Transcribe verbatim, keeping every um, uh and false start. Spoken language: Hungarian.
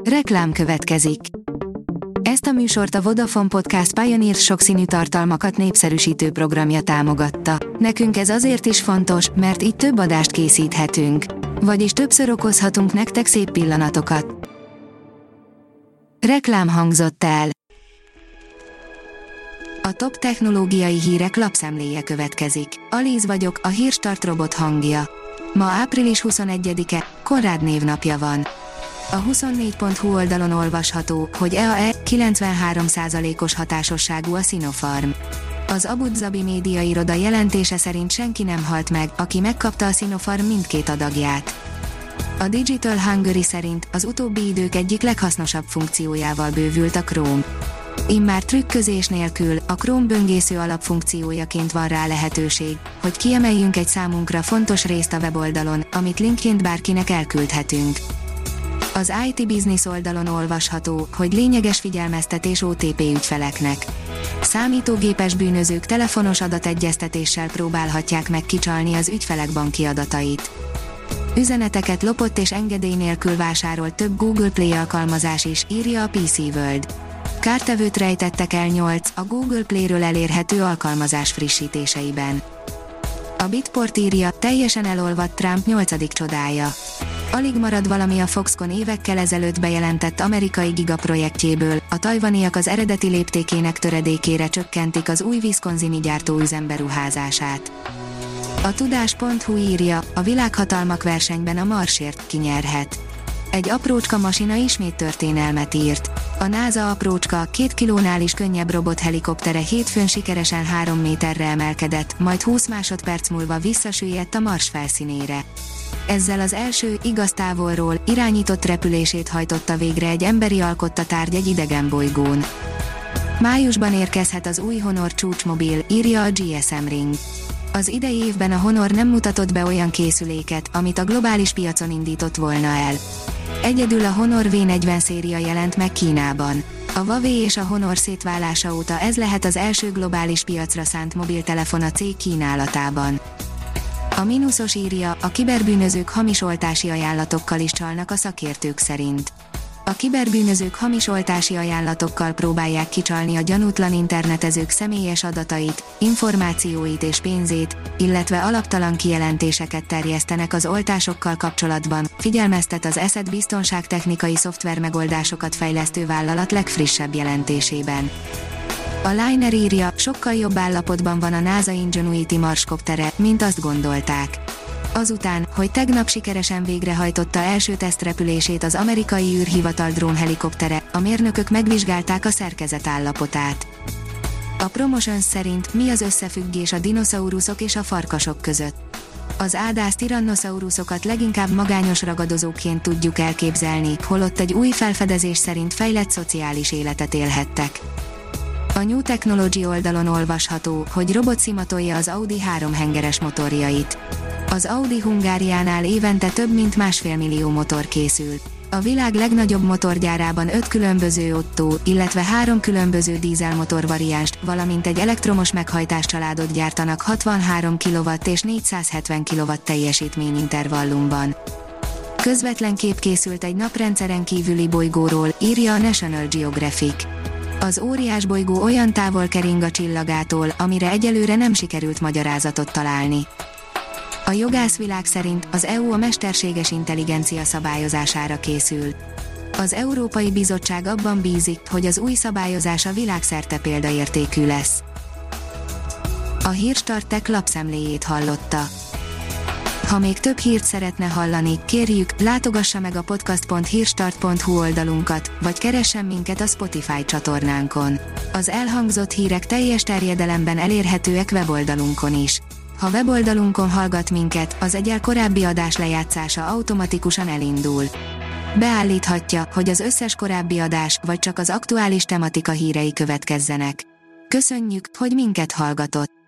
Reklám következik. Ezt a műsort a Vodafone Podcast Pioneer sokszínű tartalmakat népszerűsítő programja támogatta. Nekünk ez azért is fontos, mert így több adást készíthetünk. Vagyis többször okozhatunk nektek szép pillanatokat. Reklám hangzott el. A top technológiai hírek lapszemléje következik. Alíz vagyok, a Hírstart robot hangja. Ma április huszonegyedike, Konrád névnapja van. A huszonnégy pont hu oldalon olvasható, hogy E A E kilencvenhárom százalékos hatásosságú a Sinopharm. Az Abu Dhabi média iroda jelentése szerint senki nem halt meg, aki megkapta a Sinopharm mindkét adagját. A Digital Hungary szerint az utóbbi idők egyik leghasznosabb funkciójával bővült a Chrome. Immár trükközés nélkül, a Chrome böngésző alapfunkciójaként van rá lehetőség, hogy kiemeljünk egy számunkra fontos részt a weboldalon, amit linkként bárkinek elküldhetünk. Az i té Business oldalon olvasható, hogy lényeges figyelmeztetés o té pé ügyfeleknek. Számítógépes bűnözők telefonos adategyeztetéssel próbálhatják meg kicsalni az ügyfelek banki adatait. Üzeneteket lopott és engedély nélkül vásárolt több Google Play alkalmazás is, írja a pé cé World. Kártevőt rejtettek el nyolc a Google Play-ről elérhető alkalmazás frissítéseiben. A Bitport írja, teljesen elolvadt Trump nyolcadik csodája. Alig marad valami a Foxconn évekkel ezelőtt bejelentett amerikai gigaprojektjéből, a tajvaniak az eredeti léptékének töredékére csökkentik az új wisconsini gyártóüzem beruházását. A tudás pont hu írja, a világhatalmak versenyben a Marsért kinyerhet. Egy aprócska masina ismét történelmet írt. A NASA aprócska, két kilónál is könnyebb robothelikoptere hétfőn sikeresen három méterre emelkedett, majd húsz másodperc múlva visszasüllyedt a Mars felszínére. Ezzel az első, igaz távolról, irányított repülését hajtotta végre egy emberi alkotta tárgy egy idegen bolygón. Májusban érkezhet az új Honor csúcsmobil, írja a gé es em Ring. Az idei évben a Honor nem mutatott be olyan készüléket, amit a globális piacon indított volna el. Egyedül a Honor vé negyven széria jelent meg Kínában. A Huawei és a Honor szétválása óta ez lehet az első globális piacra szánt mobiltelefon a cég kínálatában. A mínuszos írja, a kiberbűnözők hamis oltási ajánlatokkal is csalnak a szakértők szerint. A kiberbűnözők hamis oltási ajánlatokkal próbálják kicsalni a gyanútlan internetezők személyes adatait, információit és pénzét, illetve alaptalan kijelentéseket terjesztenek az oltásokkal kapcsolatban, figyelmeztet az Asset biztonságtechnikai szoftvermegoldásokat fejlesztő vállalat legfrissebb jelentésében. A Liner írja, sokkal jobb állapotban van a NASA Ingenuity marskoptere, mint azt gondolták. Azután, hogy tegnap sikeresen végrehajtotta első tesztrepülését az amerikai űrhivatal drónhelikoptere, a mérnökök megvizsgálták a szerkezet állapotát. A Promotions szerint mi az összefüggés a dinoszauruszok és a farkasok között. Az ádász tirannozaurusokat leginkább magányos ragadozóként tudjuk elképzelni, holott egy új felfedezés szerint fejlett szociális életet élhettek. A New Technology oldalon olvasható, hogy robot szimatolja az Audi háromhengeres motorjait. Az Audi Hungáriánál évente több mint másfél millió motor készül. A világ legnagyobb motorgyárában öt különböző Otto, illetve három különböző dízelmotor variánst, valamint egy elektromos meghajtáscsaládot gyártanak hatvanhárom kilowatt és négyszázhetven kilowatt teljesítményintervallumban. Közvetlen kép készült egy naprendszeren kívüli bolygóról, írja a National Geographic. Az óriás bolygó olyan távol kering a csillagától, amire egyelőre nem sikerült magyarázatot találni. A jogászvilág szerint az é u a mesterséges intelligencia szabályozására készül. Az Európai Bizottság abban bízik, hogy az új szabályozás a világszerte példaértékű lesz. A Hírstart Tech lapszemléjét hallotta. Ha még több hírt szeretne hallani, kérjük, látogassa meg a podcast pont hírstart pont hu oldalunkat, vagy keressen minket a Spotify csatornánkon. Az elhangzott hírek teljes terjedelemben elérhetőek weboldalunkon is. Ha weboldalunkon hallgat minket, az egyel korábbi adás lejátszása automatikusan elindul. Beállíthatja, hogy az összes korábbi adás, vagy csak az aktuális tematika hírei következzenek. Köszönjük, hogy minket hallgatott!